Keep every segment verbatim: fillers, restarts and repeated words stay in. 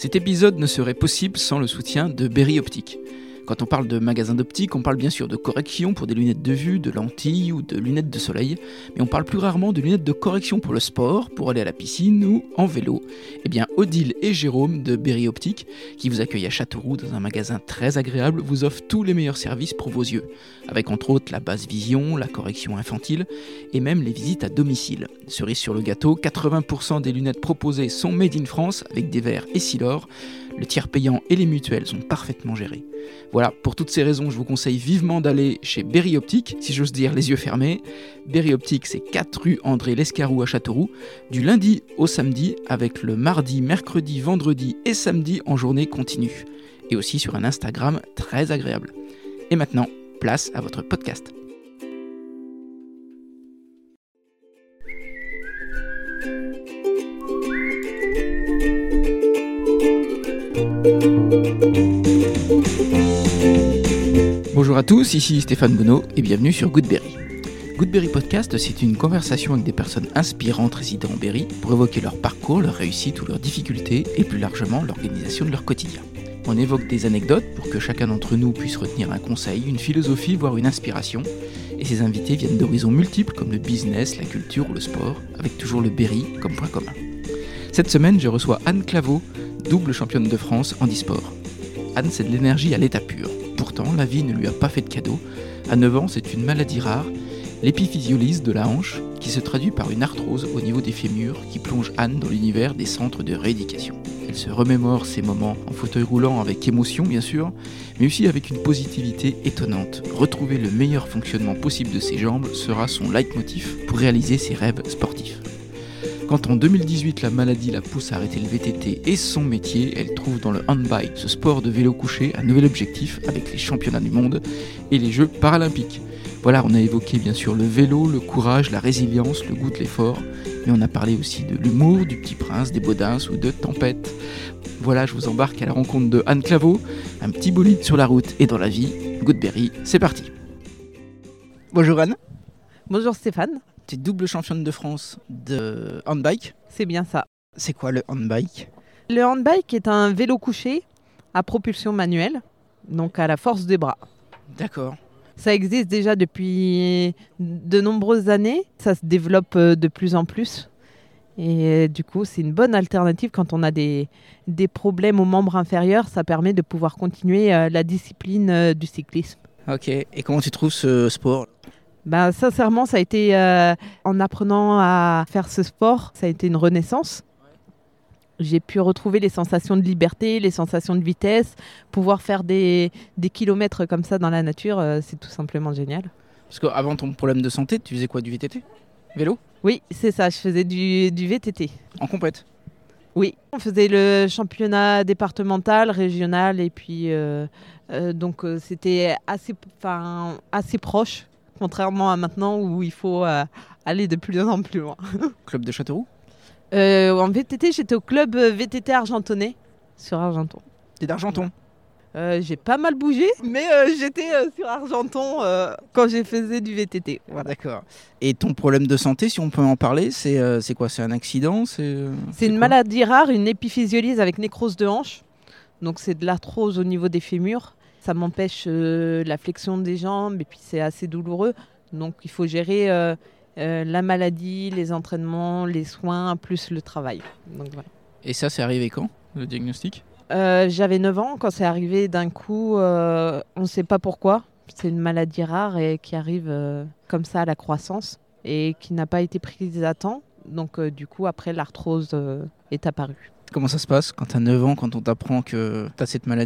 Cet épisode ne serait possible sans le soutien de Berry Optique. Quand on parle de magasin d'optique, on parle bien sûr de correction pour des lunettes de vue, de lentilles ou de lunettes de soleil, mais on parle plus rarement de lunettes de correction pour le sport, pour aller à la piscine ou en vélo. Eh bien, Odile et Jérôme de Berry Optique, qui vous accueillent à Châteauroux dans un magasin très agréable, vous offrent tous les meilleurs services pour vos yeux, avec entre autres la basse vision, la correction infantile et même les visites à domicile. Cerise sur le gâteau, quatre-vingts pour cent des lunettes proposées sont made in France avec des verres Essilor. Le tiers payant et les mutuelles sont parfaitement gérés. Voilà, pour toutes ces raisons, je vous conseille vivement d'aller chez Berry Optique, si j'ose dire les yeux fermés. Berry Optique, c'est quatre rue André Lescaroux à Châteauroux, du lundi au samedi, avec le mardi, mercredi, vendredi et samedi en journée continue. Et aussi sur un Instagram très agréable. Et maintenant, place à votre podcast. Bonjour à tous, ici Stéphane Bonneau et bienvenue sur Goodberry. Goodberry Podcast, c'est une conversation avec des personnes inspirantes résidant en Berry pour évoquer leur parcours, leur réussite ou leurs difficultés et plus largement l'organisation de leur quotidien. On évoque des anecdotes pour que chacun d'entre nous puisse retenir un conseil, une philosophie, voire une inspiration. Et ces invités viennent d'horizons multiples comme le business, la culture ou le sport, avec toujours le Berry comme point commun. Cette semaine, je reçois Anne Claveau, double championne de France handisport. Anne, c'est de l'énergie à l'état pur. Pourtant, la vie ne lui a pas fait de cadeau. À neuf ans, c'est une maladie rare, l'épiphysiolyse de la hanche, qui se traduit par une arthrose au niveau des fémurs qui plonge Anne dans l'univers des centres de rééducation. Elle se remémore ces moments en fauteuil roulant avec émotion, bien sûr, mais aussi avec une positivité étonnante. Retrouver le meilleur fonctionnement possible de ses jambes sera son leitmotiv pour réaliser ses rêves sportifs. Quand en deux mille dix-huit la maladie la pousse à arrêter le V T T et son métier, elle trouve dans le handbike, ce sport de vélo couché, un nouvel objectif avec les championnats du monde et les Jeux paralympiques. Voilà, on a évoqué bien sûr le vélo, le courage, la résilience, le goût de l'effort, mais on a parlé aussi de l'humour, du Petit Prince, des Baudins ou de Tempête. Voilà, je vous embarque à la rencontre de Anne Claveau, un petit bolide sur la route et dans la vie. Goodberry, c'est parti. Bonjour Anne. Bonjour Stéphane. Tu es double championne de France de handbike. C'est bien ça. C'est quoi le handbike ? Le handbike est un vélo couché à propulsion manuelle, donc à la force des bras. D'accord. Ça existe déjà depuis de nombreuses années. Ça se développe de plus en plus. Et du coup, c'est une bonne alternative quand on a des, des problèmes aux membres inférieurs. Ça permet de pouvoir continuer la discipline du cyclisme. Ok. Et comment tu trouves ce sport ? Ben, sincèrement, ça a été, euh, en apprenant à faire ce sport, ça a été une renaissance. J'ai pu retrouver les sensations de liberté, les sensations de vitesse. Pouvoir faire des, des kilomètres comme ça dans la nature, euh, c'est tout simplement génial. Parce qu'avant ton problème de santé, tu faisais quoi, du V T T ? Vélo ? Oui, c'est ça, je faisais du, du V T T. En compète ? Oui, on faisait le championnat départemental, régional, et puis euh, euh, donc euh, c'était assez, assez proche. Contrairement à maintenant où il faut euh, aller de plus en plus loin. Club de Châteauroux ? euh, En V T T, j'étais au club V T T Argentonais, sur Argenton. T'es d'Argenton ? euh, J'ai pas mal bougé, mais euh, j'étais euh, sur Argenton euh, quand j'ai faisais du V T T. Voilà. D'accord. Et ton problème de santé, si on peut en parler, c'est, euh, c'est quoi ? C'est un accident ? C'est, euh, c'est, c'est une quoi ? maladie rare, une épiphysiolyse avec nécrose de hanche. Donc c'est de l'arthrose au niveau des fémurs. Ça m'empêche euh, la flexion des jambes et puis c'est assez douloureux. Donc il faut gérer euh, euh, la maladie, les entraînements, les soins, plus le travail. Donc, voilà. Et ça, c'est arrivé quand, le diagnostic ? euh, J'avais neuf ans quand c'est arrivé d'un coup. Euh, on ne sait pas pourquoi. C'est une maladie rare et qui arrive euh, comme ça à la croissance et qui n'a pas été prise à temps. Donc euh, du coup, après, l'arthrose euh, est apparue. Comment ça se passe quand tu as neuf ans, quand on t'apprend que tu as cette maladie ?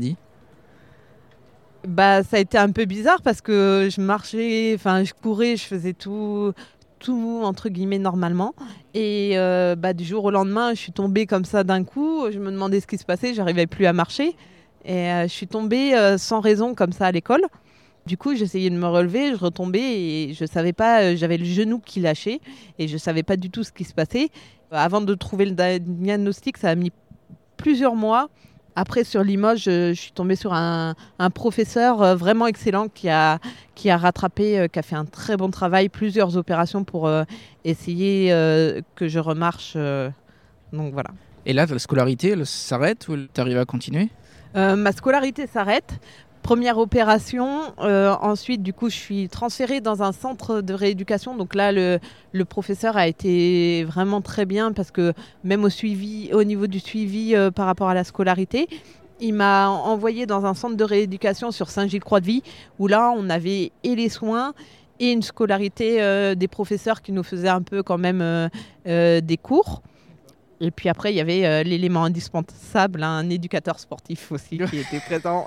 Bah, ça a été un peu bizarre parce que je marchais, enfin je courais, je faisais tout, tout entre guillemets normalement. Et euh, bah, du jour au lendemain, je suis tombée comme ça d'un coup. Je me demandais ce qui se passait, j'arrivais plus à marcher. Et euh, je suis tombée euh, sans raison comme ça à l'école. Du coup, j'essayais de me relever, je retombais et je savais pas, euh, j'avais le genou qui lâchait et je savais pas du tout ce qui se passait. Avant de trouver le diagnostic, ça a mis plusieurs mois. Après, sur Limoges, je, je suis tombée sur un, un professeur euh, vraiment excellent qui a, qui a rattrapé, euh, qui a fait un très bon travail, plusieurs opérations pour euh, essayer euh, que je remarche. Euh, donc voilà. Et là, la scolarité, elle s'arrête ou tu arrives à continuer ? euh, Ma scolarité s'arrête. Première opération, euh, ensuite du coup je suis transférée dans un centre de rééducation. Donc là le, le professeur a été vraiment très bien parce que même au suivi, au niveau du suivi euh, par rapport à la scolarité, il m'a envoyé dans un centre de rééducation sur Saint-Gilles-Croix-de-Vie où là on avait et les soins et une scolarité euh, des professeurs qui nous faisaient un peu quand même euh, euh, des cours. Et puis après, il y avait euh, l'élément indispensable, un éducateur sportif aussi qui était présent.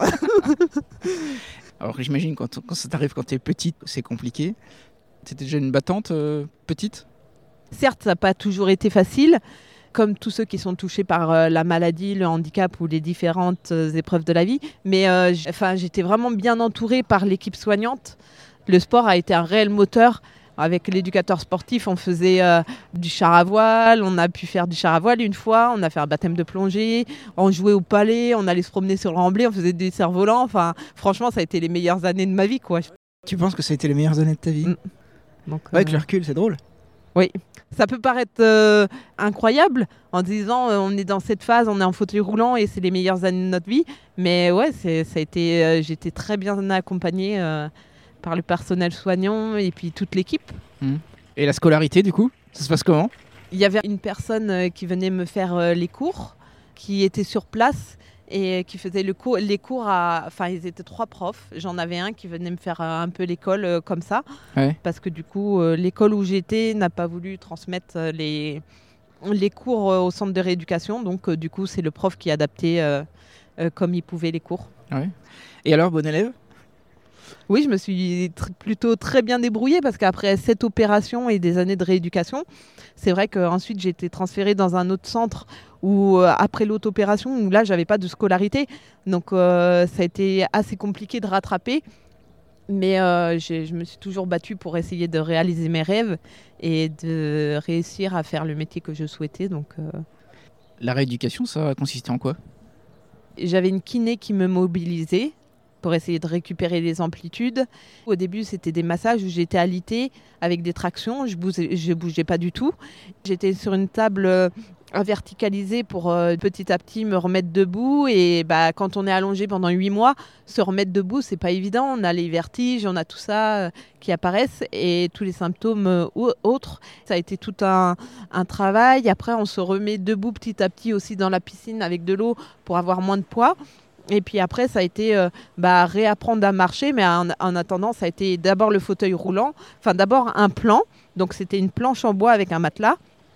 Alors j'imagine quand, quand ça t'arrive quand t'es petite, c'est compliqué. T'étais déjà une battante euh, petite ? Certes, ça n'a pas toujours été facile, comme tous ceux qui sont touchés par euh, la maladie, le handicap ou les différentes euh, épreuves de la vie. Mais euh, j'- enfin, j'étais vraiment bien entourée par l'équipe soignante. Le sport a été un réel moteur. Avec l'éducateur sportif, on faisait euh, du char à voile, on a pu faire du char à voile une fois, on a fait un baptême de plongée, on jouait au palais, on allait se promener sur le Remblai, on faisait des cerfs-volants. Enfin, franchement, ça a été les meilleures années de ma vie, quoi. Tu penses que ça a été les meilleures années de ta vie ? Mm. Donc, Ouais, avec euh, le recul, c'est drôle. Oui, ça peut paraître euh, incroyable en disant euh, on est dans cette phase, on est en fauteuil roulant et c'est les meilleures années de notre vie. Mais ouais, c'est, ça a été, euh, j'étais très bien accompagnée euh, par le personnel soignant et puis toute l'équipe. Mmh. Et la scolarité, du coup, ça se passe comment ? Il y avait une personne euh, qui venait me faire euh, les cours, qui était sur place et qui faisait le cours, les cours à... Enfin, ils étaient trois profs. J'en avais un qui venait me faire euh, un peu l'école euh, comme ça. Ouais. Parce que du coup, euh, l'école où j'étais n'a pas voulu transmettre euh, les, les cours euh, au centre de rééducation. Donc, euh, du coup, c'est le prof qui adaptait euh, euh, comme il pouvait les cours. Ouais. Et alors, bon élève ? Oui, je me suis tr- plutôt très bien débrouillée parce qu'après cette opération et des années de rééducation, c'est vrai qu'ensuite j'ai été transférée dans un autre centre où, euh, après l'autre opération, où là, j'avais pas de scolarité. Donc, euh, ça a été assez compliqué de rattraper. Mais euh, j'ai- je me suis toujours battue pour essayer de réaliser mes rêves et de réussir à faire le métier que je souhaitais. Donc, euh, La rééducation, ça consistait en quoi ? j'avais une kiné qui me mobilisait pour essayer de récupérer les amplitudes. Au début, c'était des massages où j'étais alitée avec des tractions. Je bougeais, je bougeais pas du tout. J'étais sur une table euh, verticalisée pour euh, petit à petit me remettre debout. Et bah, quand on est allongé pendant huit mois, se remettre debout, c'est pas évident. On a les vertiges, on a tout ça euh, qui apparaissent et tous les symptômes euh, autres. Ça a été tout un, un travail. Après, on se remet debout petit à petit aussi dans la piscine avec de l'eau pour avoir moins de poids. Et puis après, ça a été euh, bah, réapprendre à marcher, mais en, en attendant, ça a été d'abord le fauteuil roulant, enfin d'abord un plan, donc c'était une planche en bois avec un matelas,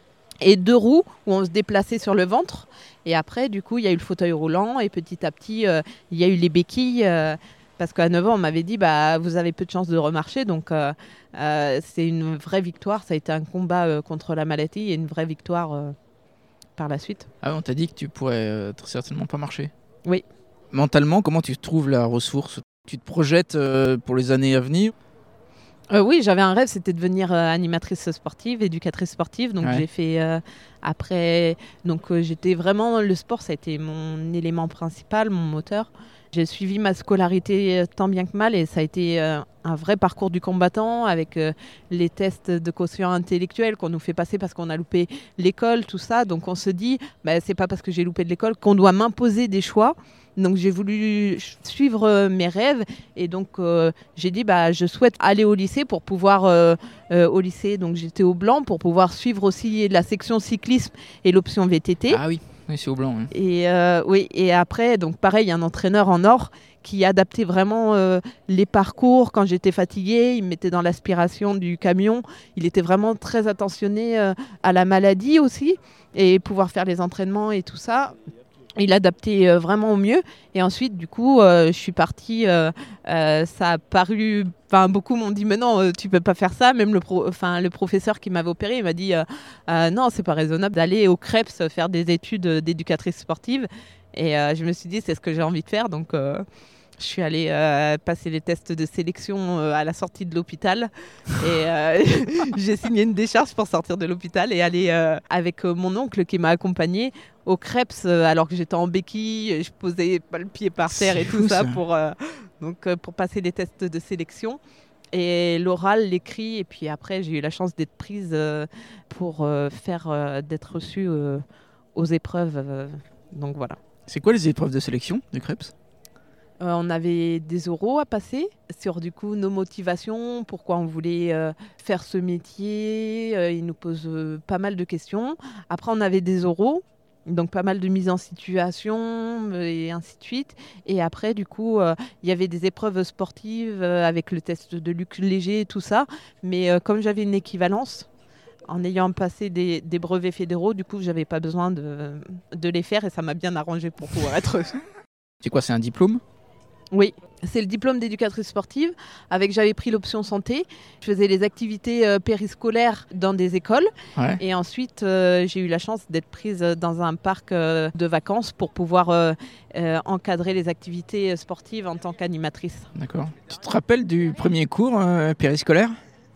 et deux roues où on se déplaçait sur le ventre. Et après, du coup, il y a eu le fauteuil roulant, et petit à petit, euh, il y a eu les béquilles, euh, parce qu'à neuf ans, on m'avait dit, bah, vous avez peu de chances de remarcher, donc euh, euh, c'est une vraie victoire, ça a été un combat euh, contre la maladie, et une vraie victoire euh, par la suite. Ah, on t'a dit que tu pourrais euh, très certainement pas marcher. Oui. Mentalement, comment tu trouves la ressource ? Tu te projettes euh, pour les années à venir ? Euh, oui, j'avais un rêve, c'était de devenir euh, animatrice sportive, éducatrice sportive. Donc Ouais. j'ai fait euh, après. Donc euh, j'étais vraiment le sport, ça a été mon élément principal, mon moteur. J'ai suivi ma scolarité euh, tant bien que mal et ça a été euh, un vrai parcours du combattant avec euh, les tests de quotient intellectuel qu'on nous fait passer parce qu'on a loupé l'école, tout ça. Donc on se dit, bah, c'est pas parce que j'ai loupé de l'école qu'on doit m'imposer des choix. Donc j'ai voulu suivre euh, mes rêves et donc euh, j'ai dit bah je souhaite aller au lycée pour pouvoir euh, euh, au lycée donc j'étais au Blanc pour pouvoir suivre aussi la section cyclisme et l'option V T T. Ah oui, oui c'est au Blanc. Hein. Et euh, oui et après donc pareil un entraîneur en or qui adaptait vraiment euh, les parcours quand j'étais fatiguée, il me mettait dans l'aspiration du camion, il était vraiment très attentionné euh, à la maladie aussi et pouvoir faire les entraînements et tout ça. Il adaptait euh, vraiment au mieux. Et ensuite, du coup, euh, je suis partie. Euh, euh, ça a paru. Enfin, beaucoup m'ont dit, mais non, euh, tu peux pas faire ça. Même le, pro, enfin, le professeur qui m'avait opéré, il m'a dit, euh, euh, non, c'est pas raisonnable d'aller au CREPS faire des études d'éducatrice sportive. Et euh, je me suis dit, c'est ce que j'ai envie de faire. Donc, euh, je suis allée euh, passer les tests de sélection euh, à la sortie de l'hôpital. Et euh, j'ai signé une décharge pour sortir de l'hôpital et aller euh, avec euh, mon oncle qui m'a accompagnée au CREPS euh, alors que j'étais en béquille. Je posais pas le pied par terre C'est et fou, tout ça, ça. pour, euh, donc, euh, pour passer les tests de sélection. Et l'oral, l'écrit. Et puis après, j'ai eu la chance d'être prise euh, pour euh, faire, euh, d'être reçue euh, aux épreuves. Euh, donc voilà. C'est quoi les épreuves de sélection du CREPS ? Euh, on avait des oraux à passer sur du coup nos motivations, pourquoi on voulait euh, faire ce métier. Euh, ils nous posent euh, pas mal de questions. Après, on avait des oraux, donc pas mal de mise en situation euh, et ainsi de suite. Et après, du coup, euh, il y avait des épreuves sportives euh, avec le test de Luc Léger et tout ça. Mais euh, comme j'avais une équivalence, en ayant passé des, des brevets fédéraux, du coup, j'avais pas besoin de, de les faire et ça m'a bien arrangé pour pouvoir être... C'est quoi, c'est un diplôme ? Oui, c'est le diplôme d'éducatrice sportive. Avec, j'avais pris l'option santé. Je faisais les activités euh, périscolaires dans des écoles. Ouais. Et ensuite, euh, j'ai eu la chance d'être prise dans un parc euh, de vacances pour pouvoir euh, euh, encadrer les activités sportives en tant qu'animatrice. D'accord. Tu te rappelles du premier cours euh, périscolaire ?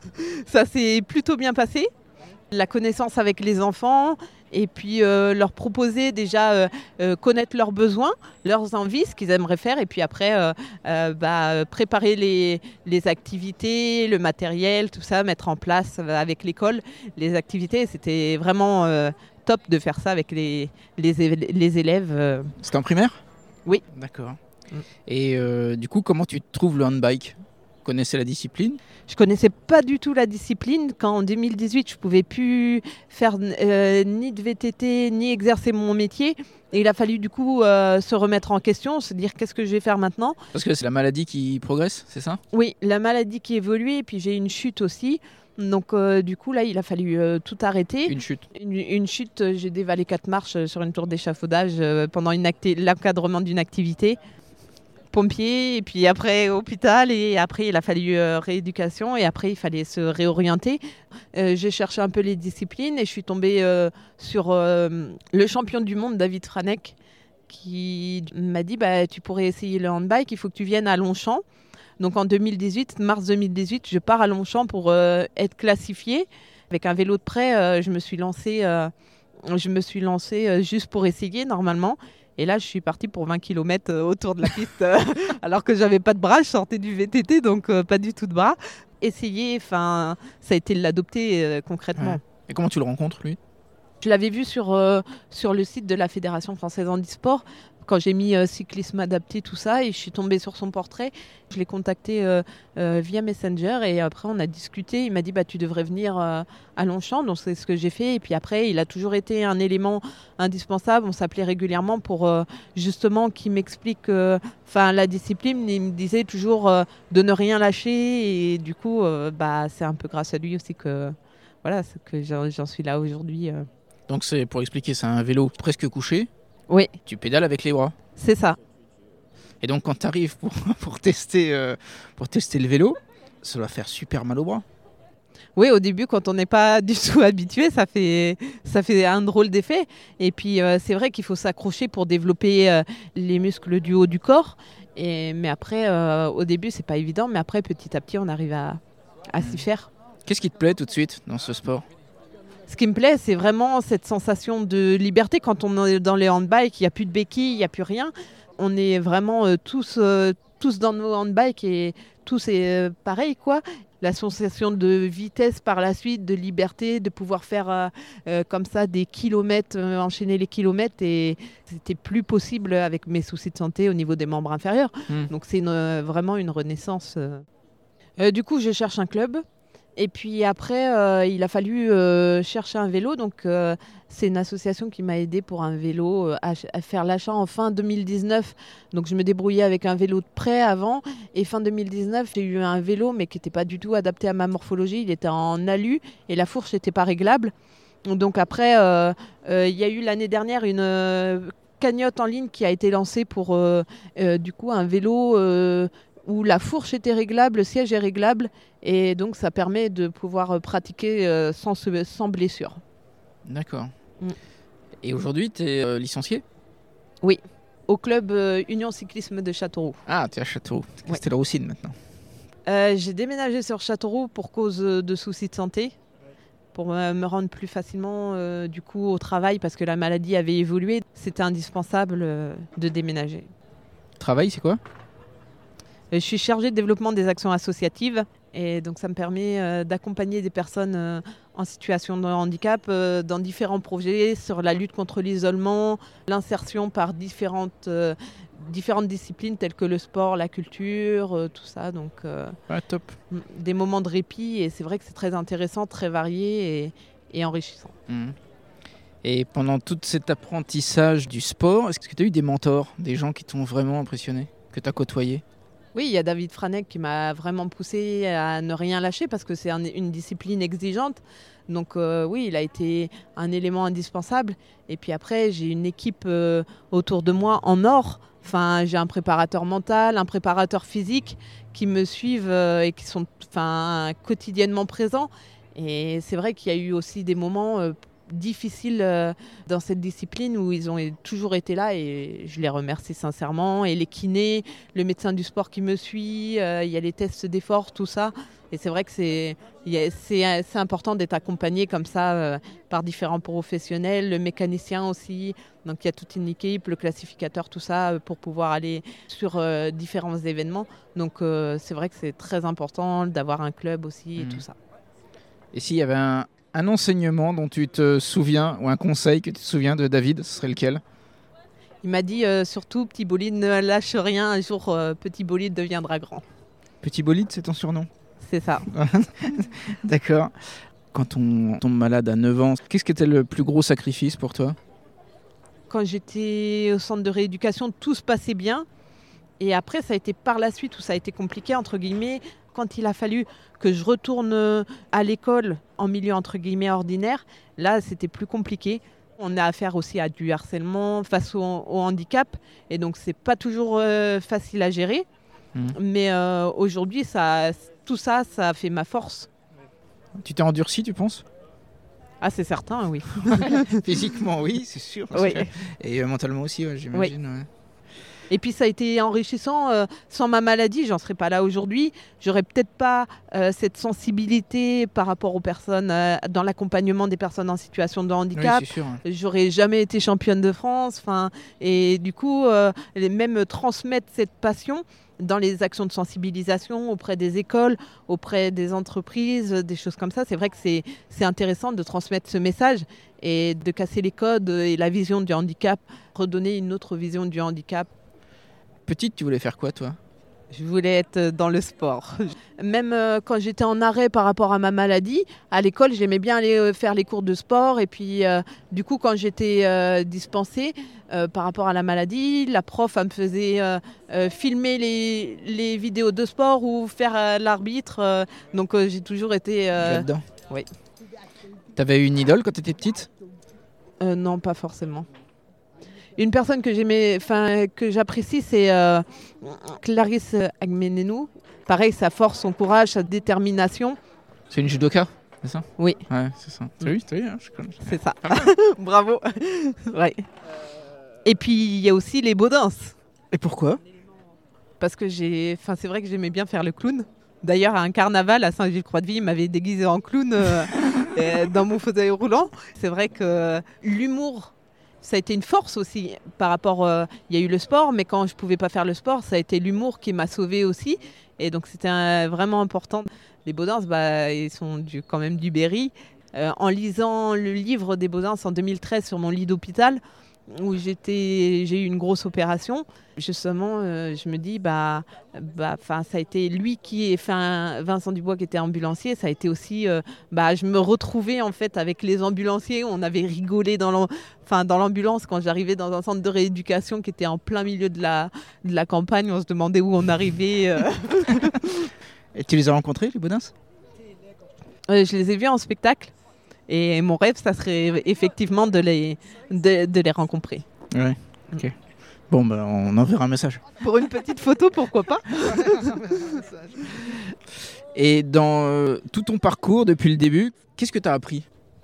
Ça s'est plutôt bien passé. La connaissance avec les enfants et puis euh, leur proposer déjà euh, euh, connaître leurs besoins, leurs envies, ce qu'ils aimeraient faire et puis après euh, euh, bah, préparer les, les activités, le matériel, tout ça, mettre en place avec l'école les activités. C'était vraiment euh, top de faire ça avec les, les, les élèves. Euh. C'était en primaire ? Oui. D'accord. Mm. Et euh, du coup, comment tu trouves le handbike ? Tu connaissais la discipline ? Je connaissais pas du tout la discipline. Quand en deux mille dix-huit, je pouvais plus faire euh, ni de V T T, ni exercer mon métier. Et il a fallu du coup euh, se remettre en question, se dire qu'est-ce que je vais faire maintenant. Parce que c'est la maladie qui progresse, c'est ça ? Oui, la maladie qui évolue et puis j'ai une chute aussi. Donc euh, du coup là, il a fallu euh, tout arrêter. Une chute. Une, une chute, euh, j'ai dévalé quatre marches euh, sur une tour d'échafaudage euh, pendant une acti- l'encadrement d'une activité. Pompier, et puis après hôpital, et après il a fallu euh, rééducation, et après il fallait se réorienter. Euh, j'ai cherché un peu les disciplines et je suis tombée euh, sur euh, le champion du monde, David Franek, qui m'a dit bah, tu pourrais essayer le handbike, il faut que tu viennes à Longchamp. Donc en deux mille dix-huit, mars deux mille dix-huit, je pars à Longchamp pour euh, être classifiée. Avec un vélo de prêt, euh, je me suis lancée, euh, je me suis lancée euh, juste pour essayer normalement. Et là, je suis partie pour vingt kilomètres autour de la piste, euh, alors que j'avais pas de bras, je sortais du V T T, donc euh, pas du tout de bras. Essayer, enfin, ça a été de l'adopter euh, concrètement. Ouais. Et comment tu le rencontres, lui ? Je l'avais vu sur, euh, sur le site de la Fédération française handisport, quand j'ai mis euh, cyclisme adapté, tout ça, et je suis tombée sur son portrait. Je l'ai contacté euh, euh, via Messenger, et après on a discuté. Il m'a dit bah, tu devrais venir euh, à Longchamp, donc c'est ce que j'ai fait. Et puis après, il a toujours été un élément indispensable. On s'appelait régulièrement pour euh, justement qu'il m'explique euh, la discipline. Il me disait toujours euh, de ne rien lâcher, et du coup, euh, bah, c'est un peu grâce à lui aussi que, voilà, que j'en, j'en suis là aujourd'hui. Euh. Donc c'est pour expliquer, c'est un vélo presque couché. Oui. Tu pédales avec les bras. C'est ça. Et donc quand tu arrives pour, pour, tester, euh, pour tester le vélo, ça doit faire super mal au bras. Oui, au début, quand on n'est pas du tout habitué, ça fait, ça fait un drôle d'effet. Et puis euh, c'est vrai qu'il faut s'accrocher pour développer euh, les muscles du haut du corps. Et, mais après, euh, au début, c'est pas évident. Mais après, petit à petit, on arrive à, à s'y faire. Qu'est-ce qui te plaît tout de suite dans ce sport ? Ce qui me plaît, c'est vraiment cette sensation de liberté. Quand on est dans les handbikes, il n'y a plus de béquilles, il n'y a plus rien. On est vraiment euh, tous, euh, tous dans nos handbikes et tous est euh, pareil, quoi. La sensation de vitesse par la suite, de liberté, de pouvoir faire euh, euh, comme ça des kilomètres, euh, enchaîner les kilomètres. Et c'était plus possible avec mes soucis de santé au niveau des membres inférieurs. Mmh. Donc c'est une, euh, vraiment une renaissance. Euh. Euh, du coup, je cherche un club. Et puis après, euh, il a fallu euh, chercher un vélo. Donc, euh, c'est une association qui m'a aidée pour un vélo euh, à, à faire l'achat en fin deux mille dix-neuf. Donc, je me débrouillais avec un vélo de prêt avant. Et fin deux mille dix-neuf, j'ai eu un vélo, mais qui n'était pas du tout adapté à ma morphologie. Il était en alu et la fourche n'était pas réglable. Donc, après, euh, euh, il y a eu l'année dernière une euh, cagnotte en ligne qui a été lancée pour, euh, euh, du coup, un vélo... Euh, où la fourche était réglable, le siège est réglable, et donc ça permet de pouvoir pratiquer euh, sans, sans blessure. D'accord. Mm. Et aujourd'hui, tu es euh, licencié ? Oui, au club euh, Union Cyclisme de Châteauroux. Ah, tu es à Châteauroux, ouais. C'était la Roussine maintenant. Euh, j'ai déménagé sur Châteauroux pour cause de soucis de santé, pour euh, me rendre plus facilement euh, du coup, au travail, parce que la maladie avait évolué. C'était indispensable euh, de déménager. Travail, c'est quoi ? Je suis chargée de développement des actions associatives et donc ça me permet euh, d'accompagner des personnes euh, en situation de handicap euh, dans différents projets sur la lutte contre l'isolement, l'insertion par différentes, euh, différentes disciplines telles que le sport, la culture, euh, tout ça. Donc, euh, ah, top. Des moments de répit et c'est vrai que c'est très intéressant, très varié et, et enrichissant. Mmh. Et pendant tout cet apprentissage du sport, est-ce que tu as eu des mentors, des gens qui t'ont vraiment impressionné, que tu as côtoyé ? Oui, il y a David Franek qui m'a vraiment poussé à ne rien lâcher parce que c'est un, une discipline exigeante. Donc euh, oui, il a été un élément indispensable. Et puis après, j'ai une équipe euh, autour de moi en or. Enfin, j'ai un préparateur mental, un préparateur physique qui me suivent euh, et qui sont enfin, quotidiennement présents. Et c'est vrai qu'il y a eu aussi des moments euh, difficiles euh, dans cette discipline où ils ont toujours été là et je les remercie sincèrement. Et les kinés, le médecin du sport qui me suit, euh, il y a les tests d'effort, tout ça. Et c'est vrai que c'est, c'est, c'est important d'être accompagné comme ça euh, par différents professionnels, le mécanicien aussi. Donc il y a toute une équipe, le classificateur, tout ça, pour pouvoir aller sur euh, différents événements. Donc euh, c'est vrai que c'est très important d'avoir un club aussi et mmh. tout ça. Et s'il y avait un, un enseignement dont tu te souviens, ou un conseil que tu te souviens de David, ce serait lequel ? Il m'a dit euh, surtout, petit bolide, ne lâche rien, un jour euh, petit bolide deviendra grand. Petit bolide, c'est ton surnom ? C'est ça. D'accord. Quand on tombe malade à neuf ans, qu'est-ce qui était le plus gros sacrifice pour toi ? Quand j'étais au centre de rééducation, tout se passait bien. Et après, ça a été par la suite où ça a été compliqué, entre guillemets, quand il a fallu que je retourne à l'école en milieu, entre guillemets, ordinaire. Là, c'était plus compliqué. On a affaire aussi à du harcèlement face au, au handicap. Et donc, c'est pas toujours euh, facile à gérer. Mmh. Mais euh, aujourd'hui, ça, tout ça, ça a fait ma force. Tu t'es endurci, tu penses ? Ah, c'est certain, oui. Physiquement, oui, c'est sûr. Oui. Que... Et euh, mentalement aussi, ouais, j'imagine. Oui. Ouais. Et puis ça a été enrichissant. Euh, sans ma maladie, j'en serais pas là aujourd'hui. J'aurais peut-être pas euh, cette sensibilité par rapport aux personnes, euh, dans l'accompagnement des personnes en situation de handicap. Oui, c'est sûr, ouais. J'aurais jamais été championne de France. Enfin, et du coup, euh, même transmettre cette passion dans les actions de sensibilisation auprès des écoles, auprès des entreprises, des choses comme ça. C'est vrai que c'est, c'est intéressant de transmettre ce message et de casser les codes et la vision du handicap, redonner une autre vision du handicap. Petite, tu voulais faire quoi, toi ? Je voulais être dans le sport. Même euh, quand j'étais en arrêt par rapport à ma maladie, à l'école, j'aimais bien aller euh, faire les cours de sport. Et puis, euh, du coup, quand j'étais euh, dispensée euh, par rapport à la maladie, la prof elle me faisait euh, euh, filmer les, les vidéos de sport ou faire euh, l'arbitre. Euh, donc, euh, j'ai toujours été... Euh... Là-dedans ? Oui. T'avais une idole quand t'étais petite ? euh, Non, pas forcément. Une personne que j'aimais, enfin que j'apprécie, c'est euh, Clarisse Agmenenou. Pareil, sa force, son courage, sa détermination. C'est une judoka, c'est ça ? Oui. Ouais, c'est ça. T'as vu, t'as vu, hein, je connais. C'est ça. Bravo. Ouais. Et puis il y a aussi les Baudins. Et pourquoi ? Parce que j'ai, enfin c'est vrai que j'aimais bien faire le clown. D'ailleurs, à un carnaval à Saint-Gilles-Croix-de-Vie, il m'avait déguisé en clown euh, dans mon fauteuil roulant. C'est vrai que l'humour, ça a été une force aussi par rapport... Euh, il y a eu le sport, mais quand je ne pouvais pas faire le sport, ça a été l'humour qui m'a sauvée aussi. Et donc, c'était un, vraiment important. Les Baudins, bah, ils sont du, quand même du Berry. Euh, en lisant le livre des Baudins en deux mille treize sur mon lit d'hôpital, où j'étais, j'ai eu une grosse opération, justement, euh, je me dis, bah, bah, ça a été lui qui, enfin, Vincent Dubois qui était ambulancier, ça a été aussi, euh, bah, je me retrouvais en fait avec les ambulanciers, on avait rigolé dans, l'am- enfin, dans l'ambulance quand j'arrivais dans un centre de rééducation qui était en plein milieu de la, de la campagne, on se demandait où on arrivait. Euh. Et tu les as rencontrés, les Baudins ? euh, Je les ai vus en spectacle. Et mon rêve, ça serait effectivement de les, de, de les rencontrer. Ouais, ok. Bon, ben, on enverra un message. Pour une petite photo, pourquoi pas ? Et dans euh, tout ton parcours depuis le début, qu'est-ce que tu as appris ?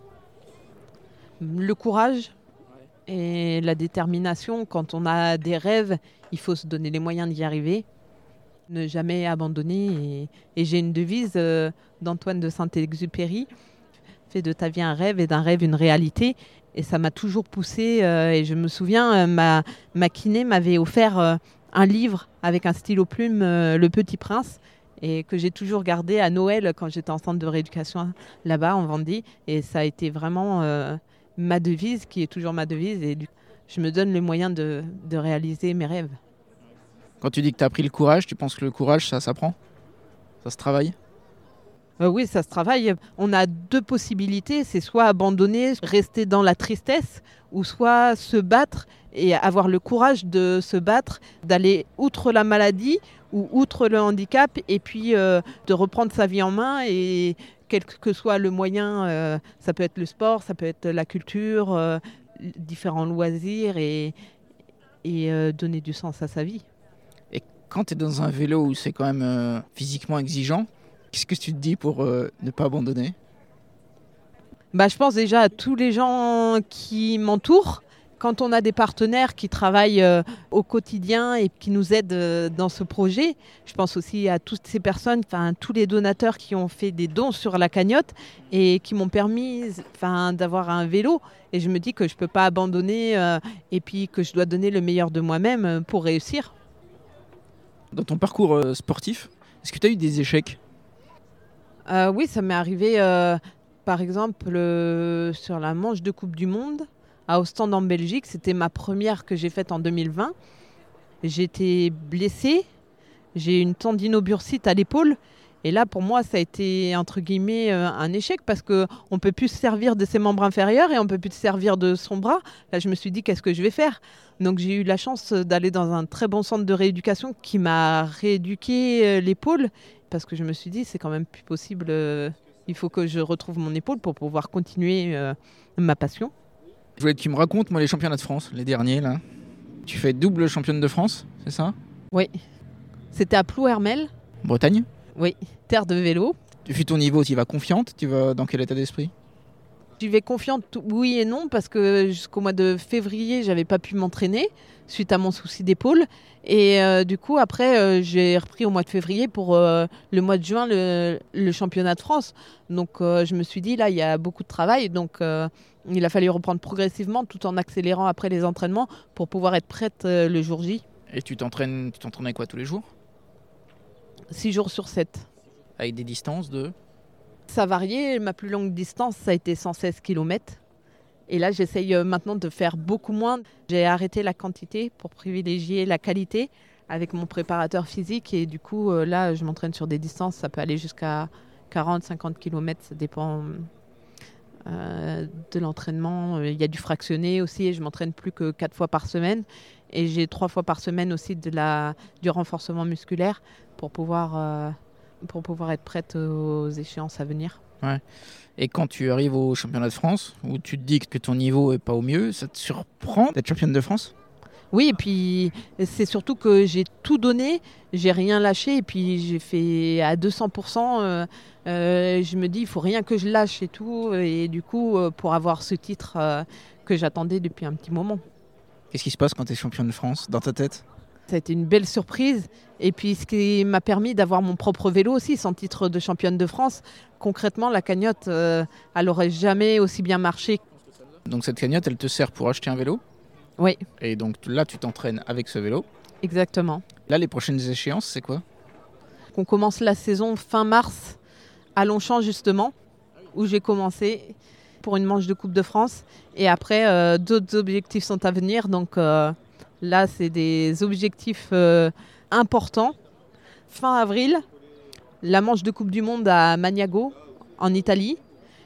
Le courage et la détermination. Quand on a des rêves, il faut se donner les moyens d'y arriver. Ne jamais abandonner. Et, et j'ai une devise euh, d'Antoine de Saint-Exupéry. Fais de ta vie un rêve et d'un rêve une réalité. Et ça m'a toujours poussée. Euh, et je me souviens, euh, ma, ma kiné m'avait offert euh, un livre avec un stylo plume, euh, Le Petit Prince. et que j'ai toujours gardé à Noël quand j'étais en centre de rééducation là-bas en Vendée. Et ça a été vraiment euh, ma devise, qui est toujours ma devise. Et du... je me donne les moyens de, de réaliser mes rêves. Quand tu dis que tu as pris le courage, tu penses que le courage, ça s'apprend ? Ça se travaille ? Euh, oui, ça se travaille. On a deux possibilités. C'est soit abandonner, rester dans la tristesse, ou soit se battre et avoir le courage de se battre, d'aller outre la maladie ou outre le handicap, et puis euh, de reprendre sa vie en main. Et quel que soit le moyen, euh, ça peut être le sport, ça peut être la culture, euh, différents loisirs, et, et euh, donner du sens à sa vie. Et quand tu es dans un vélo où c'est quand même euh, physiquement exigeant, qu'est-ce que tu te dis pour euh, ne pas abandonner ? Bah, je pense déjà à tous les gens qui m'entourent. Quand on a des partenaires qui travaillent euh, au quotidien et qui nous aident euh, dans ce projet, je pense aussi à toutes ces personnes, enfin tous les donateurs qui ont fait des dons sur la cagnotte et qui m'ont permis enfin, d'avoir un vélo. Et je me dis que je ne peux pas abandonner euh, et puis que je dois donner le meilleur de moi-même pour réussir. Dans ton parcours euh, sportif, est-ce que tu as eu des échecs ? euh, Oui, ça m'est arrivé euh, par exemple euh, sur la manche de Coupe du Monde à Ostende en Belgique. C'était ma première que j'ai faite en deux mille vingt. J'étais blessée, j'ai une tendinobursite à l'épaule. Et là, pour moi, ça a été, entre guillemets, euh, un échec parce qu'on ne peut plus se servir de ses membres inférieurs et on ne peut plus se servir de son bras. Là, je me suis dit, qu'est-ce que je vais faire ? Donc, j'ai eu la chance d'aller dans un très bon centre de rééducation qui m'a rééduqué euh, l'épaule parce que je me suis dit, c'est quand même plus possible. Euh, il faut que je retrouve mon épaule pour pouvoir continuer euh, ma passion. Je voulais que tu me racontes, moi, les championnats de France, les derniers, là. Tu fais double championne de France, c'est ça ? Oui. C'était à Plouhermel. Bretagne ? Oui, terre de vélo. Tu fais ton niveau, tu y vas confiante ? Tu vas dans quel état d'esprit ? J'y vais confiante, oui et non, parce que jusqu'au mois de février, j'avais pas pu m'entraîner suite à mon souci d'épaule. Et euh, du coup, après, euh, j'ai repris au mois de février pour euh, le mois de juin, le, le championnat de France. Donc, euh, je me suis dit, là, il y a beaucoup de travail. Donc, euh, il a fallu reprendre progressivement tout en accélérant après les entraînements pour pouvoir être prête euh, le jour J. Et tu t'entraînes, tu t'entraînes quoi tous les jours ? Six jours sur sept. Avec des distances de ? Ça variait. Ma plus longue distance, ça a été cent seize kilomètres. Et là, j'essaye maintenant de faire beaucoup moins. J'ai arrêté la quantité pour privilégier la qualité avec mon préparateur physique. Et du coup, là, je m'entraîne sur des distances. Ça peut aller jusqu'à quarante à cinquante kilomètres. Ça dépend euh, de l'entraînement. Il y a du fractionné aussi. Et je m'entraîne plus que quatre fois par semaine. Et j'ai trois fois par semaine aussi de la, du renforcement musculaire pour pouvoir, euh, pour pouvoir être prête aux échéances à venir. Ouais. Et quand tu arrives au championnat de France, où tu te dis que ton niveau n'est pas au mieux, ça te surprend d'être championne de France ? Oui, et puis c'est surtout que j'ai tout donné, j'ai rien lâché, et puis j'ai fait à deux cents pour cent. Euh, euh, je me dis, il ne faut rien que je lâche et tout. Et du coup, euh, pour avoir ce titre euh, que j'attendais depuis un petit moment. Qu'est-ce qui se passe quand tu es championne de France dans ta tête ? Ça a été une belle surprise. Et puis, ce qui m'a permis d'avoir mon propre vélo aussi, sans titre de championne de France. Concrètement, la cagnotte, euh, elle n'aurait jamais aussi bien marché. Donc, cette cagnotte, elle te sert pour acheter un vélo ? Oui. Et donc, là, tu t'entraînes avec ce vélo ? Exactement. Là, les prochaines échéances, c'est quoi ? On commence la saison fin mars à Longchamp, justement, où j'ai commencé pour une manche de Coupe de France. Et après, euh, d'autres objectifs sont à venir. Donc, euh, là, c'est des objectifs euh, importants. Fin avril, la manche de Coupe du Monde à Magnago, en Italie.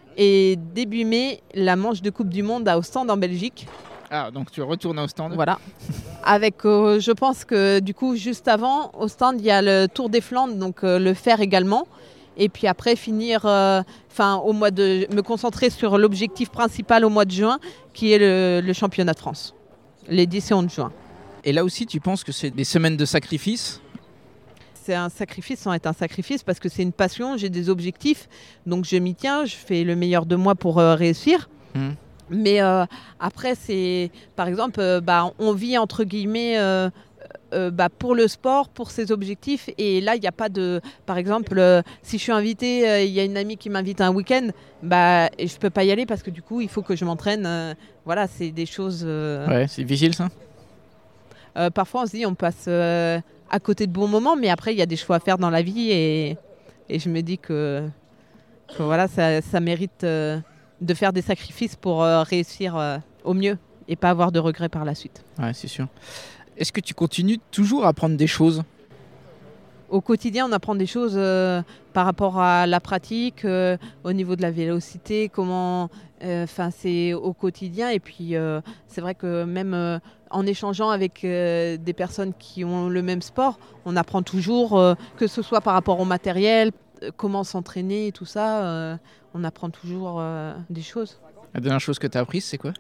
Et début mai, la manche de Coupe du Monde à Ostende, en Belgique. Ah, donc tu retournes à Ostende ? Voilà. Avec, euh, je pense que du coup, juste avant, Ostende, il y a le Tour des Flandres, donc euh, le faire également. Et puis après, finir, euh, au mois de, me concentrer sur l'objectif principal au mois de juin, qui est le, le championnat de France, les dix et onze juin. Et là aussi, tu penses que c'est des semaines de sacrifice ? C'est un sacrifice sans être un sacrifice parce que c'est une passion, j'ai des objectifs, donc je m'y tiens, je fais le meilleur de moi pour euh, réussir. Mmh. Mais euh, après, c'est, par exemple, euh, bah, on vit entre guillemets euh, euh, bah, pour le sport, pour ses objectifs. Et là, il n'y a pas de... Par exemple, euh, si je suis invitée, il euh, y a une amie qui m'invite un week-end, bah, et je ne peux pas y aller parce que du coup, il faut que je m'entraîne. Euh, voilà, c'est des choses... Euh... Ouais, c'est difficile ça ? euh, Parfois, on se dit, on passe... Euh, à côté de bons moments, mais après, il y a des choix à faire dans la vie et, et je me dis que, que voilà, ça, ça mérite euh, de faire des sacrifices pour euh, réussir euh, au mieux et pas avoir de regrets par la suite. Ouais, c'est sûr. Est-ce que tu continues toujours à apprendre des choses ? Au quotidien, on apprend des choses euh, par rapport à la pratique, euh, au niveau de la vélocité, comment, enfin, euh, c'est au quotidien. Et puis, euh, c'est vrai que même euh, en échangeant avec euh, des personnes qui ont le même sport, on apprend toujours, euh, que ce soit par rapport au matériel, euh, comment s'entraîner et tout ça, euh, on apprend toujours euh, des choses. La dernière chose que tu as apprise, c'est quoi ?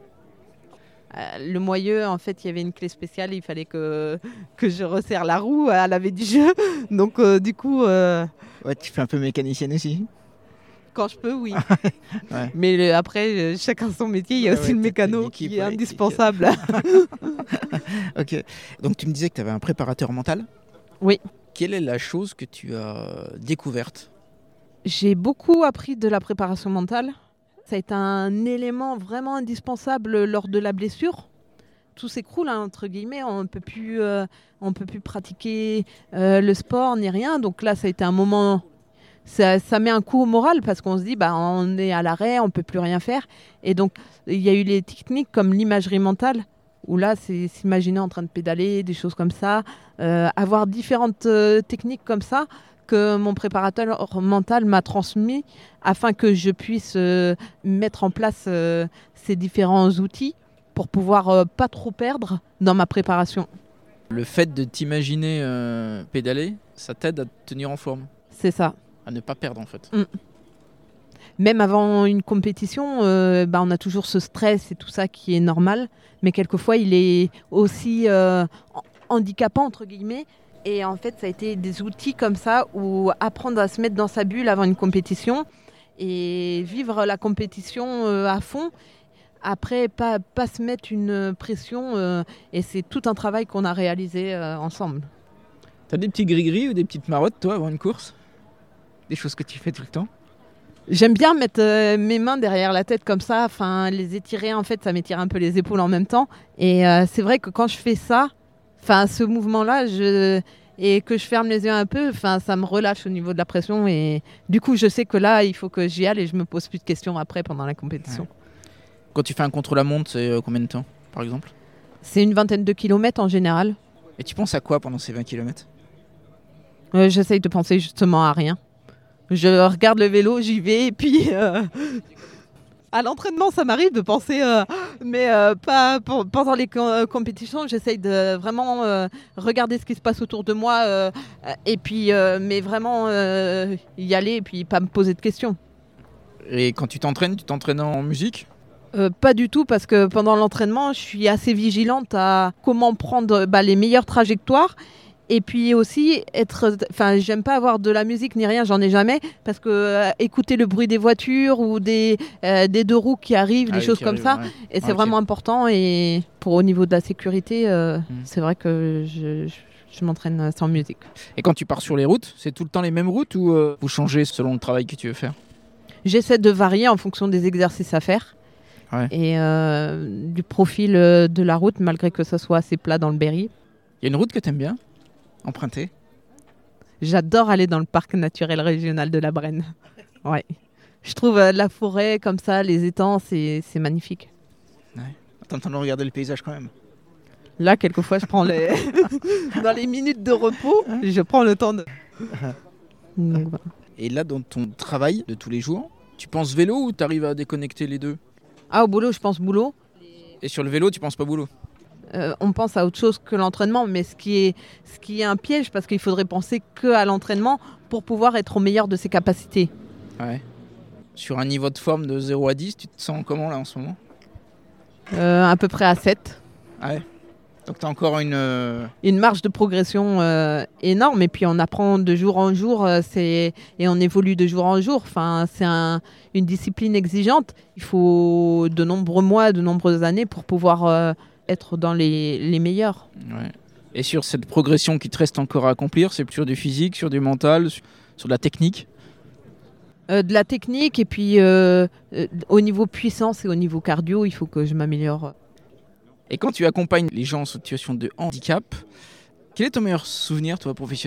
Euh, le moyeu, en fait, il y avait une clé spéciale, il fallait que, que je resserre la roue à la veille du jeu. Donc, euh, du coup... Euh, ouais, tu fais un peu mécanicienne aussi ? Quand je peux, oui. Ouais. Mais le, après, euh, chacun son métier, il y a ouais, aussi ouais, le mécano qui est indispensable. Ok. Donc, tu me disais que tu avais un préparateur mental ? Oui. Quelle est la chose que tu as découverte ? J'ai beaucoup appris de la préparation mentale. Ça a été un élément vraiment indispensable lors de la blessure. Tout s'écroule, hein, entre guillemets. On ne peut plus, euh, on peut plus pratiquer euh, le sport ni rien. Donc là, ça a été un moment... Ça, ça met un coup au moral parce qu'on se dit bah, on est à l'arrêt, on ne peut plus rien faire. Et donc, il y a eu les techniques comme l'imagerie mentale, où là, c'est s'imaginer en train de pédaler, des choses comme ça. Euh, avoir différentes euh, techniques comme ça que mon préparateur mental m'a transmis afin que je puisse euh, mettre en place euh, ces différents outils pour pouvoir euh, pas trop perdre dans ma préparation. Le fait de t'imaginer euh, pédaler, ça t'aide à te tenir en forme ? C'est ça. À ne pas perdre en fait. Mm. Même avant une compétition, euh, bah, on a toujours ce stress et tout ça qui est normal, mais quelquefois il est aussi euh, handicapant entre guillemets. Et en fait, ça a été des outils comme ça où apprendre à se mettre dans sa bulle avant une compétition et vivre la compétition euh, à fond. Après, pas, pas se mettre une pression euh, et c'est tout un travail qu'on a réalisé euh, ensemble. T'as des petits gris-gris ou des petites marottes toi avant une course ? Des choses que tu fais tout le temps ? J'aime bien mettre euh, mes mains derrière la tête comme ça, enfin les étirer en fait, ça m'étire un peu les épaules en même temps. Et euh, c'est vrai que quand je fais ça, enfin ce mouvement-là, je... et que je ferme les yeux un peu, enfin ça me relâche au niveau de la pression et du coup je sais que là il faut que j'y aille et je me pose plus de questions après pendant la compétition. Ouais. Quand tu fais un contre-la-montre, c'est euh, combien de temps par exemple ? C'est une vingtaine de kilomètres en général. Et tu penses à quoi pendant ces vingt kilomètres ? euh, J'essaye de penser justement à rien. Je regarde le vélo, j'y vais et puis euh, à l'entraînement ça m'arrive de penser, euh, mais euh, pas pour, pendant les co- compétitions. J'essaye de vraiment euh, regarder ce qui se passe autour de moi euh, et puis euh, mais vraiment euh, y aller et puis pas me poser de questions. Et quand tu t'entraînes, tu t'entraînes en musique ? Euh, pas du tout parce que pendant l'entraînement je suis assez vigilante à comment prendre bah, les meilleures trajectoires. Et puis aussi, être, enfin, j'aime pas avoir de la musique ni rien, j'en ai jamais, parce que euh, écouter le bruit des voitures ou des, euh, des deux roues qui arrivent, ah des oui, choses qui comme arrive, ça, ouais. et c'est Ah, okay. vraiment important. Et pour au niveau de la sécurité, euh, mmh. c'est vrai que je, je, je m'entraîne sans musique. Et quand tu pars sur les routes, c'est tout le temps les mêmes routes ou euh, vous changez selon le travail que tu veux faire ? J'essaie de varier en fonction des exercices à faire ouais. et euh, du profil de la route, malgré que ça soit assez plat dans le Berry. Il y a une route que tu aimes bien emprunter ? J'adore aller dans le parc naturel régional de la Brenne. Ouais. Je trouve euh, la forêt comme ça, les étangs, c'est, c'est magnifique. Ouais. T'es en train de regarder le paysage quand même. Là, quelquefois, je prends les... dans les minutes de repos, je prends le temps de... Donc, voilà. Et là, dans ton travail de tous les jours, tu penses vélo ou tu arrives à déconnecter les deux ? Ah, au boulot, je pense boulot. Et sur le vélo, tu penses pas boulot ? Euh, on pense à autre chose que l'entraînement, mais ce qui est, ce qui est un piège, parce qu'il faudrait penser qu'à l'entraînement pour pouvoir être au meilleur de ses capacités. Ouais. Sur un niveau de forme de zéro à dix, tu te sens comment là en ce moment ? euh, À peu près à sept. Ouais. Donc tu as encore une... Euh... Une marge de progression euh, énorme, et puis on apprend de jour en jour, euh, c'est... et on évolue de jour en jour. Enfin, c'est un... une discipline exigeante. Il faut de nombreux mois, de nombreuses années pour pouvoir... Euh, être dans les, les meilleurs. Ouais. Et sur cette progression qui te reste encore à accomplir, c'est sur du physique, sur du mental, sur, sur de la technique ? euh, De la technique, et puis euh, euh, au niveau puissance et au niveau cardio, il faut que je m'améliore. Et quand tu accompagnes les gens en situation de handicap, Quel est ton meilleur souvenir, toi, professionnel ?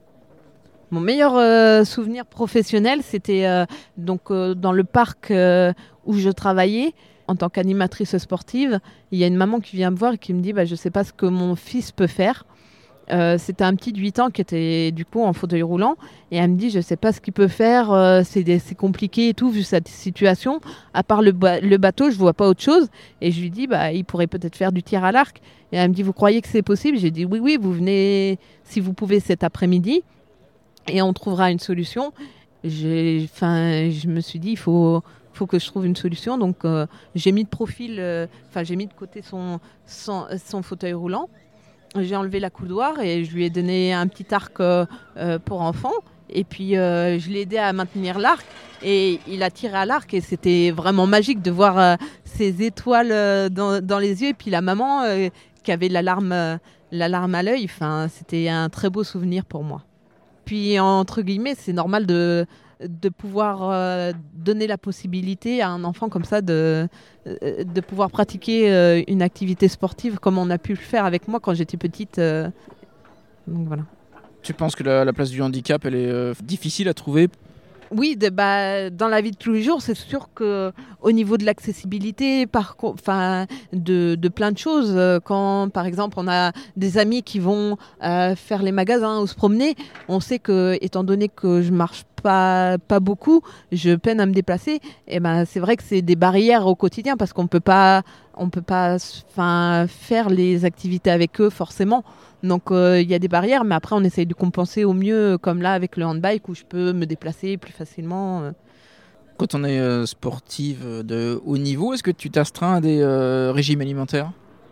Mon meilleur euh, souvenir professionnel, c'était euh, donc euh, dans le parc euh, où je travaillais en tant qu'animatrice sportive. Il y a une maman qui vient me voir et qui me dit bah, « je ne sais pas ce que mon fils peut faire ». Euh, c'était un petit de huit ans qui était du coup en fauteuil roulant et elle me dit je sais pas ce qu'il peut faire, euh, c'est, des, c'est compliqué et tout vu cette situation, à part le, ba- le bateau je vois pas autre chose. Et je lui dis bah il pourrait peut-être faire du tir à l'arc et elle me dit vous croyez que c'est possible? J'ai dit oui oui vous venez si vous pouvez cet après-midi et on trouvera une solution. J'ai, enfin, je me suis dit il faut faut que je trouve une solution, donc euh, j'ai mis de profil, enfin euh, j'ai mis de côté son, son, son fauteuil roulant. J'ai enlevé la coudoir et je lui ai donné un petit arc euh, euh, pour enfant. Et puis, euh, je l'ai aidé à maintenir l'arc. Et il a tiré à l'arc. Et c'était vraiment magique de voir euh, ces étoiles euh, dans, dans les yeux. Et puis, la maman euh, qui avait la larme, euh, la larme à l'œil. Enfin, c'était un très beau souvenir pour moi. Puis, entre guillemets, c'est normal de, de pouvoir euh, donner la possibilité à un enfant comme ça de, euh, de pouvoir pratiquer euh, une activité sportive comme on a pu le faire avec moi quand j'étais petite. Euh. Donc voilà. Tu penses que la, la place du handicap, elle est euh, difficile à trouver ? Oui, de, bah, dans la vie de tous les jours, c'est sûr qu'au niveau de l'accessibilité, par, enfin, de, de plein de choses, euh, quand par exemple on a des amis qui vont euh, faire les magasins ou se promener, on sait que, étant donné que je marche pas, pas beaucoup, je peine à me déplacer, et ben, c'est vrai que c'est des barrières au quotidien parce qu'on peut pas, on peut pas faire les activités avec eux forcément. Donc il euh, y a des barrières, mais après on essaye de compenser au mieux, comme là avec le handbike où je peux me déplacer plus facilement. Euh. Quand on est euh, sportive de haut niveau, est-ce que tu t'astreins à des euh, régimes alimentaires ?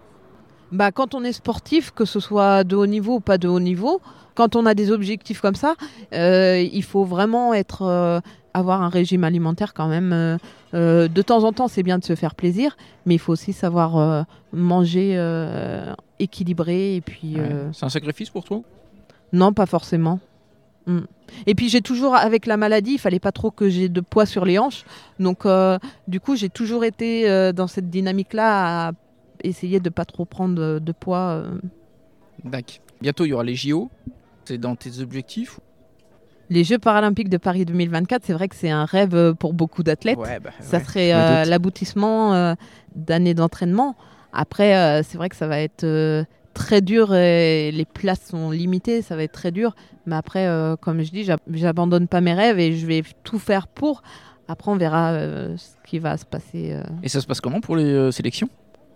Bah, quand on est sportif, que ce soit de haut niveau ou pas de haut niveau, quand on a des objectifs comme ça, euh, il faut vraiment être, euh, avoir un régime alimentaire quand même. Euh, euh, de temps en temps, c'est bien de se faire plaisir, mais il faut aussi savoir euh, manger euh, équilibré. Et puis, ouais. euh... C'est un sacrifice pour toi ? Non, pas forcément. Mm. Et puis j'ai toujours, avec la maladie, il fallait pas trop que j'ai de poids sur les hanches. Donc euh, du coup, j'ai toujours été euh, dans cette dynamique-là à essayer de pas trop prendre de, de poids. Euh. D'accord. Bientôt, il y aura les J O. C'est dans tes objectifs ? Les Jeux paralympiques de Paris deux mille vingt-quatre, c'est vrai que c'est un rêve pour beaucoup d'athlètes. Ouais, bah, ça ouais, serait euh, l'aboutissement euh, d'années d'entraînement. Après, euh, c'est vrai que ça va être euh, très dur et les places sont limitées, ça va être très dur. Mais après, euh, comme je dis, j'abandonne pas mes rêves et je vais tout faire pour. Après, on verra euh, ce qui va se passer. Euh. Et ça se passe comment pour les euh, sélections ?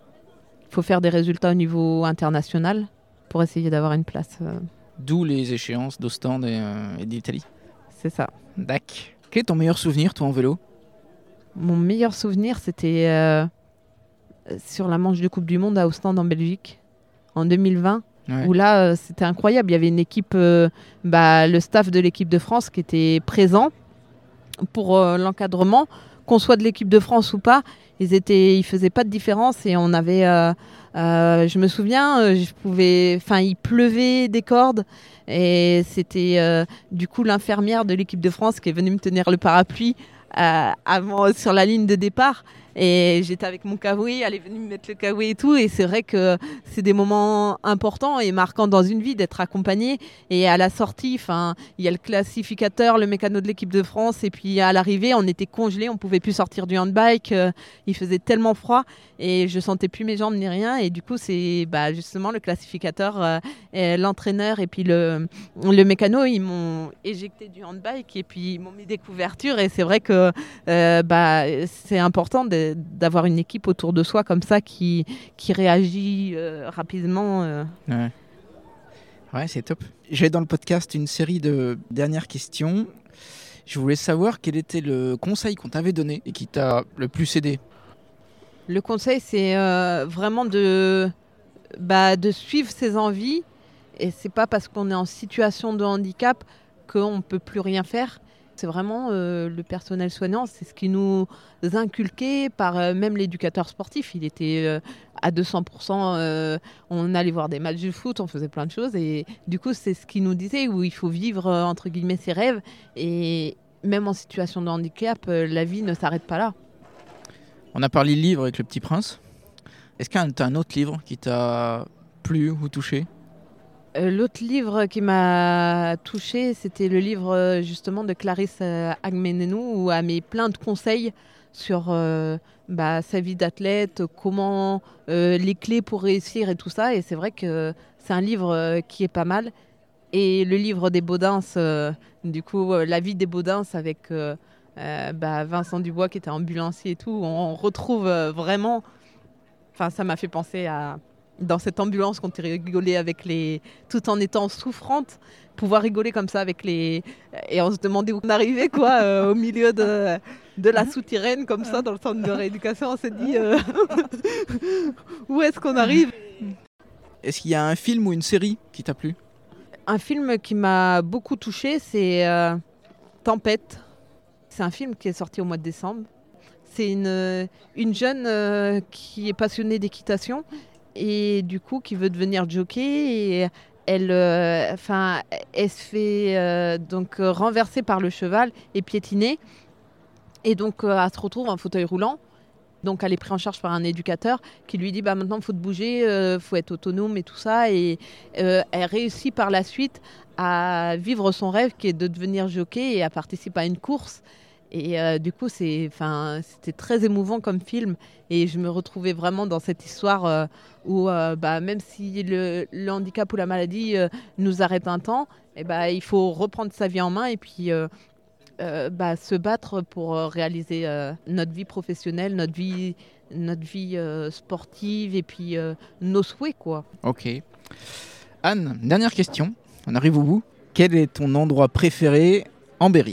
Il faut faire des résultats au niveau international pour essayer d'avoir une place. Euh. D'où les échéances d'Ostende et, euh, et d'Italie. C'est ça. D'accord. Quel est ton meilleur souvenir, toi, en vélo ? Mon meilleur souvenir, c'était euh, sur la manche de Coupe du Monde à Ostende en Belgique en deux mille vingt. Ouais. Où là, euh, c'était incroyable. Il y avait une équipe, euh, bah, le staff de l'équipe de France qui était présent pour euh, l'encadrement. Qu'on soit de l'équipe de France ou pas, ils étaient, ils faisaient pas de différence et on avait, euh, euh, je me souviens, euh, je pouvais, enfin, il pleuvait des cordes et c'était euh, du coup l'infirmière de l'équipe de France qui est venue me tenir le parapluie euh, avant, sur la ligne de départ. Et j'étais avec mon kawaii, elle est venue me mettre le kawaii et tout. Et c'est vrai que c'est des moments importants et marquants dans une vie d'être accompagné. Et à la sortie, il y a le classificateur, le mécano de l'équipe de France. Et puis à l'arrivée, on était congelés, on ne pouvait plus sortir du handbike. Euh, il faisait tellement froid et je sentais plus mes jambes ni rien. Et du coup, c'est bah, justement le classificateur, euh, et l'entraîneur et puis le, le mécano, ils m'ont éjecté du handbike et puis ils m'ont mis des couvertures. Et c'est vrai que euh, bah, c'est important de d'avoir une équipe autour de soi comme ça qui, qui réagit euh, rapidement. Euh. Ouais. ouais, c'est top. J'ai dans le podcast une série de dernières questions. Je voulais savoir quel était le conseil qu'on t'avait donné et qui t'a le plus aidé. Le conseil, c'est euh, vraiment de, bah, de suivre ses envies. Et c'est pas parce qu'on est en situation de handicap qu'on ne peut plus rien faire. C'est vraiment euh, le personnel soignant, c'est ce qui nous inculquait par euh, même l'éducateur sportif. Il était euh, à deux cents pour cent, euh, on allait voir des matchs de foot, on faisait plein de choses. Et du coup, c'est ce qu'il nous disait, où il faut vivre, euh, entre guillemets, ses rêves. Et même en situation de handicap, euh, la vie ne s'arrête pas là. On a parlé livre avec Le Petit Prince. Est-ce qu'il y a un autre livre qui t'a plu ou touché ? Euh, l'autre livre qui m'a touchée, c'était le livre euh, justement de Clarisse euh, Agmenenou, où elle met plein de conseils sur euh, bah, sa vie d'athlète, comment euh, les clés pour réussir et tout ça. Et c'est vrai que c'est un livre euh, qui est pas mal. Et le livre des Baudins, euh, du coup, euh, la vie des Baudins avec euh, euh, bah, Vincent Dubois qui était ambulancier et tout, on retrouve euh, vraiment. Enfin, ça m'a fait penser à dans cette ambulance quand tu rigolais avec les, tout en étant souffrante, pouvoir rigoler comme ça avec les, et on se demandait où on arrivait quoi, euh, au milieu de de la souterraine comme ça dans le centre de rééducation, on s'est dit euh... où est-ce qu'on arrive. Est-ce qu'il y a un film ou une série qui t'a plu ? Un film qui m'a beaucoup touchée, c'est euh, Tempête. C'est un film qui est sorti au mois de décembre. C'est une, une jeune euh, qui est passionnée d'équitation et du coup qui veut devenir jockey. Et elle, euh, elle se fait euh, donc euh, renverser par le cheval et piétiner. Et donc euh, elle se retrouve en fauteuil roulant. Donc elle est prise en charge par un éducateur qui lui dit bah, maintenant il faut te bouger, il euh, faut être autonome et tout ça. Et euh, elle réussit par la suite à vivre son rêve qui est de devenir jockey et à participer à une course. Et euh, du coup, c'est, c'était très émouvant comme film. Et je me retrouvais vraiment dans cette histoire euh, où euh, bah, même si le, le handicap ou la maladie euh, nous arrête un temps, et bah, il faut reprendre sa vie en main et puis euh, euh, bah, se battre pour réaliser euh, notre vie professionnelle, notre vie, notre vie euh, sportive et puis euh, nos souhaits, quoi. Ok. Anne, dernière question. On arrive au bout. Quel est ton endroit préféré en Berry ?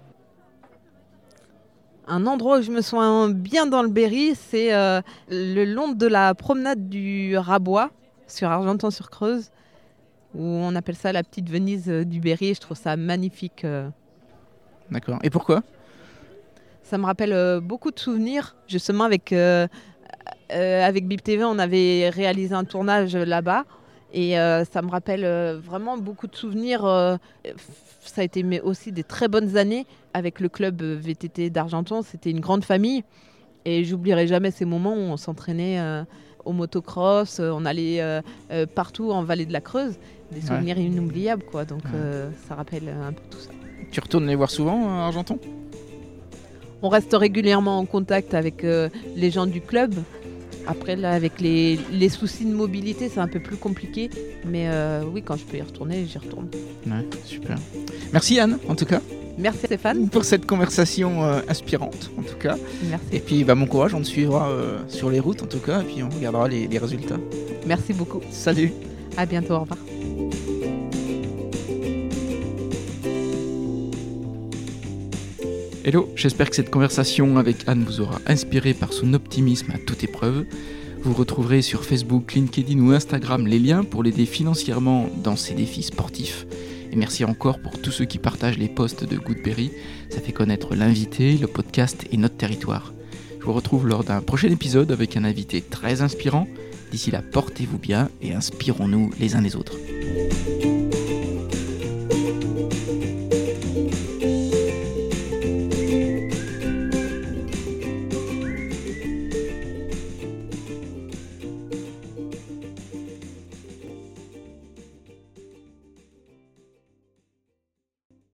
Un endroit où je me sens bien dans le Berry, c'est euh, le long de la promenade du Rabois, sur Argenton-sur-Creuse, où on appelle ça la petite Venise du Berry. Je trouve ça magnifique. Euh. D'accord. Et pourquoi ? Ça me rappelle euh, beaucoup de souvenirs. Justement, avec, euh, euh, avec B I P T V, on avait réalisé un tournage là-bas. Et euh, ça me rappelle euh, vraiment beaucoup de souvenirs. Euh, ça a été mais aussi des très bonnes années avec le club V T T d'Argenton. C'était une grande famille. Et j'oublierai jamais ces moments où on s'entraînait euh, au motocross. Euh, on allait euh, euh, partout en vallée de la Creuse. Des souvenirs ouais. inoubliables, quoi. Donc ouais. euh, ça rappelle un peu tout ça. Tu retournes les voir souvent à Argenton ? On reste régulièrement en contact avec euh, les gens du club. Après, là, avec les, les soucis de mobilité, c'est un peu plus compliqué. Mais euh, oui, quand je peux y retourner, j'y retourne. Ouais, super. Merci Anne, en tout cas. Merci Stéphane. Pour cette conversation euh, inspirante, en tout cas. Merci. Et puis, bah, bon courage, on te suivra euh, sur les routes, en tout cas. Et puis, on regardera les, les résultats. Merci beaucoup. Salut. À bientôt, au revoir. Hello, j'espère que cette conversation avec Anne vous aura inspiré par son optimisme à toute épreuve. Vous retrouverez sur Facebook, LinkedIn ou Instagram les liens pour l'aider financièrement dans ses défis sportifs. Et merci encore pour tous ceux qui partagent les posts de Goodberry. Ça fait connaître l'invité, le podcast et notre territoire. Je vous retrouve lors d'un prochain épisode avec un invité très inspirant. D'ici là, portez-vous bien et inspirons-nous les uns les autres.